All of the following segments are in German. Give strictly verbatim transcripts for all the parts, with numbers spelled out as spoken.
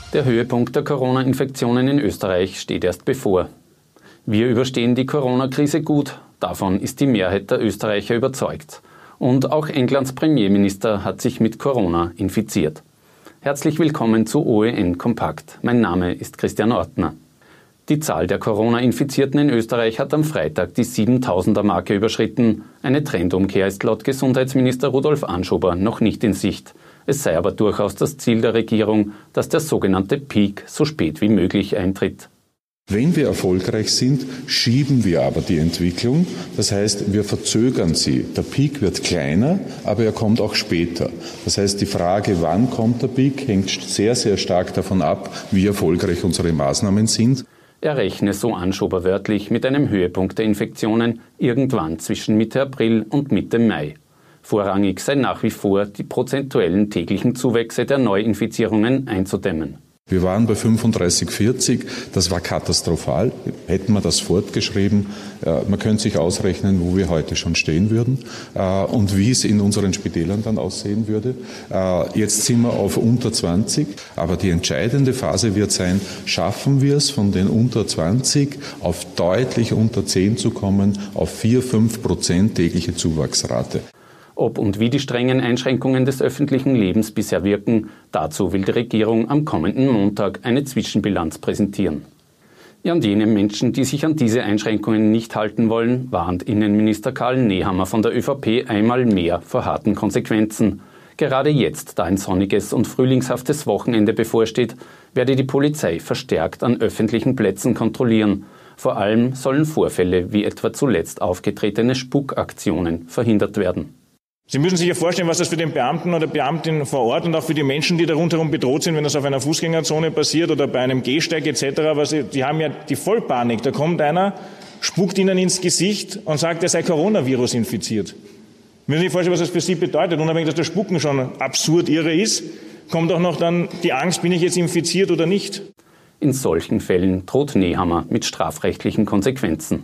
Der Höhepunkt der Corona-Infektionen in Österreich steht erst bevor. Wir überstehen die Corona-Krise gut, davon ist die Mehrheit der Österreicher überzeugt. Und auch Englands Premierminister hat sich mit Corona infiziert. Herzlich willkommen zu O E N Kompakt. Mein Name ist Christian Ortner. Die Zahl der Corona-Infizierten in Österreich hat am Freitag die siebentausender-Marke überschritten. Eine Trendumkehr ist laut Gesundheitsminister Rudolf Anschober noch nicht in Sicht. Es sei aber durchaus das Ziel der Regierung, dass der sogenannte Peak so spät wie möglich eintritt. Wenn wir erfolgreich sind, schieben wir aber die Entwicklung. Das heißt, wir verzögern sie. Der Peak wird kleiner, aber er kommt auch später. Das heißt, die Frage, wann kommt der Peak, hängt sehr, sehr stark davon ab, wie erfolgreich unsere Maßnahmen sind. Er rechne, so Anschober wörtlich, mit einem Höhepunkt der Infektionen irgendwann zwischen Mitte April und Mitte Mai. Vorrangig sei nach wie vor, die prozentuellen täglichen Zuwächse der Neuinfizierungen einzudämmen. Wir waren bei fünfunddreißig, vierzig, das war katastrophal. Hätten wir das fortgeschrieben, man könnte sich ausrechnen, wo wir heute schon stehen würden und wie es in unseren Spitälern dann aussehen würde. Jetzt sind wir auf unter zwanzig, aber die entscheidende Phase wird sein, schaffen wir es von den unter zwanzig auf deutlich unter zehn zu kommen, auf vier, fünf Prozent tägliche Zuwachsrate. Ob und wie die strengen Einschränkungen des öffentlichen Lebens bisher wirken, dazu will die Regierung am kommenden Montag eine Zwischenbilanz präsentieren. Ja, und jene Menschen, die sich an diese Einschränkungen nicht halten wollen, warnt Innenminister Karl Nehammer von der ÖVP einmal mehr vor harten Konsequenzen. Gerade jetzt, da ein sonniges und frühlingshaftes Wochenende bevorsteht, werde die Polizei verstärkt an öffentlichen Plätzen kontrollieren. Vor allem sollen Vorfälle wie etwa zuletzt aufgetretene Spukaktionen verhindert werden. Sie müssen sich ja vorstellen, was das für den Beamten oder Beamtin vor Ort und auch für die Menschen, die da rundherum bedroht sind, wenn das auf einer Fußgängerzone passiert oder bei einem Gehsteig et cetera. Was, die haben ja die Vollpanik. Da kommt einer, spuckt ihnen ins Gesicht und sagt, er sei Coronavirus infiziert. Müssen Sie sich vorstellen, was das für Sie bedeutet. Unabhängig, dass das Spucken schon absurd irre ist, kommt auch noch dann die Angst, bin ich jetzt infiziert oder nicht. In solchen Fällen droht Nehammer mit strafrechtlichen Konsequenzen.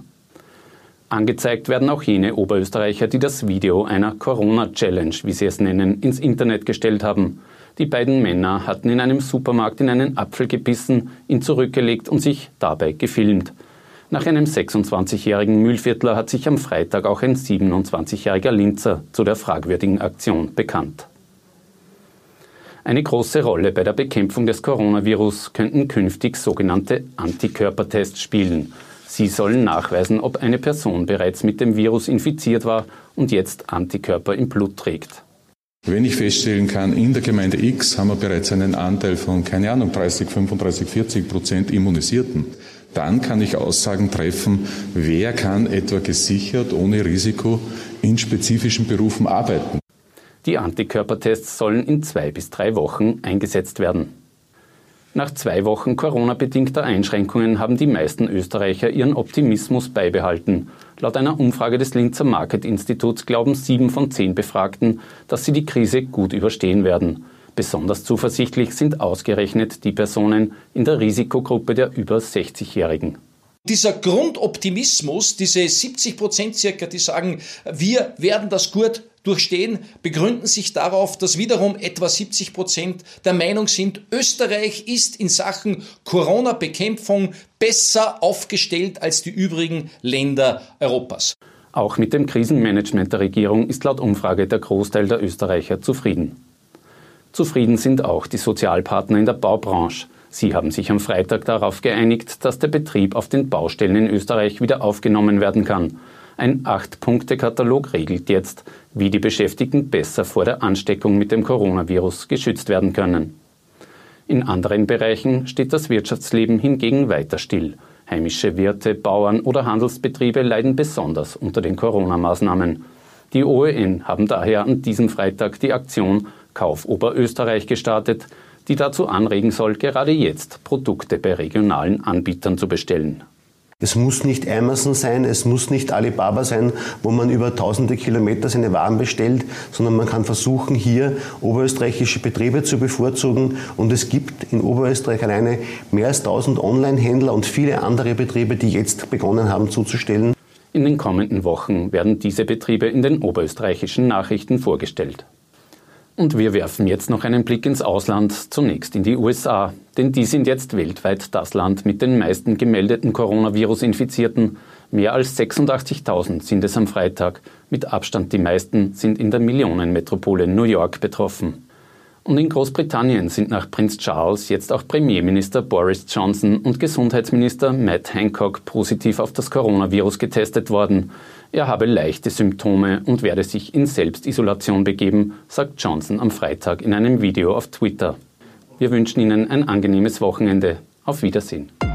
Angezeigt werden auch jene Oberösterreicher, die das Video einer Corona-Challenge, wie sie es nennen, ins Internet gestellt haben. Die beiden Männer hatten in einem Supermarkt in einen Apfel gebissen, ihn zurückgelegt und sich dabei gefilmt. Nach einem sechsundzwanzigjährigen Mühlviertler hat sich am Freitag auch ein siebenundzwanzigjähriger Linzer zu der fragwürdigen Aktion bekannt. Eine große Rolle bei der Bekämpfung des Coronavirus könnten künftig sogenannte Antikörpertests spielen. Sie sollen nachweisen, ob eine Person bereits mit dem Virus infiziert war und jetzt Antikörper im Blut trägt. Wenn ich feststellen kann, in der Gemeinde X haben wir bereits einen Anteil von, keine Ahnung, dreißig, fünfunddreißig, vierzig Prozent Immunisierten, dann kann ich Aussagen treffen, wer kann etwa gesichert, ohne Risiko, in spezifischen Berufen arbeiten. Die Antikörpertests sollen in zwei bis drei Wochen eingesetzt werden. Nach zwei Wochen Corona-bedingter Einschränkungen haben die meisten Österreicher ihren Optimismus beibehalten. Laut einer Umfrage des Linzer Market-Instituts glauben sieben von zehn Befragten, dass sie die Krise gut überstehen werden. Besonders zuversichtlich sind ausgerechnet die Personen in der Risikogruppe der über sechzigjährigen. Dieser Grundoptimismus, diese siebzig Prozent circa, die sagen, wir werden das gut durchstehen, begründen sich darauf, dass wiederum etwa siebzig Prozent der Meinung sind, Österreich ist in Sachen Corona-Bekämpfung besser aufgestellt als die übrigen Länder Europas. Auch mit dem Krisenmanagement der Regierung ist laut Umfrage der Großteil der Österreicher zufrieden. Zufrieden sind auch die Sozialpartner in der Baubranche. Sie haben sich am Freitag darauf geeinigt, dass der Betrieb auf den Baustellen in Österreich wieder aufgenommen werden kann. Ein Acht-Punkte-Katalog regelt jetzt, wie die Beschäftigten besser vor der Ansteckung mit dem Coronavirus geschützt werden können. In anderen Bereichen steht das Wirtschaftsleben hingegen weiter still. Heimische Wirte, Bauern oder Handelsbetriebe leiden besonders unter den Corona-Maßnahmen. Die O E N haben daher an diesem Freitag die Aktion Kauf Oberösterreich gestartet, die dazu anregen soll, gerade jetzt Produkte bei regionalen Anbietern zu bestellen. Es muss nicht Amazon sein, es muss nicht Alibaba sein, wo man über tausende Kilometer seine Waren bestellt, sondern man kann versuchen, hier oberösterreichische Betriebe zu bevorzugen. Und es gibt in Oberösterreich alleine mehr als tausend Online-Händler und viele andere Betriebe, die jetzt begonnen haben zuzustellen. In den kommenden Wochen werden diese Betriebe in den oberösterreichischen Nachrichten vorgestellt. Und wir werfen jetzt noch einen Blick ins Ausland, zunächst in die U S A. Denn die sind jetzt weltweit das Land mit den meisten gemeldeten Coronavirus-Infizierten. Mehr als sechsundachtzigtausend sind es am Freitag. Mit Abstand die meisten sind in der Millionenmetropole New York betroffen. Und in Großbritannien sind nach Prinz Charles jetzt auch Premierminister Boris Johnson und Gesundheitsminister Matt Hancock positiv auf das Coronavirus getestet worden. Er habe leichte Symptome und werde sich in Selbstisolation begeben, sagt Johnson am Freitag in einem Video auf Twitter. Wir wünschen Ihnen ein angenehmes Wochenende. Auf Wiedersehen.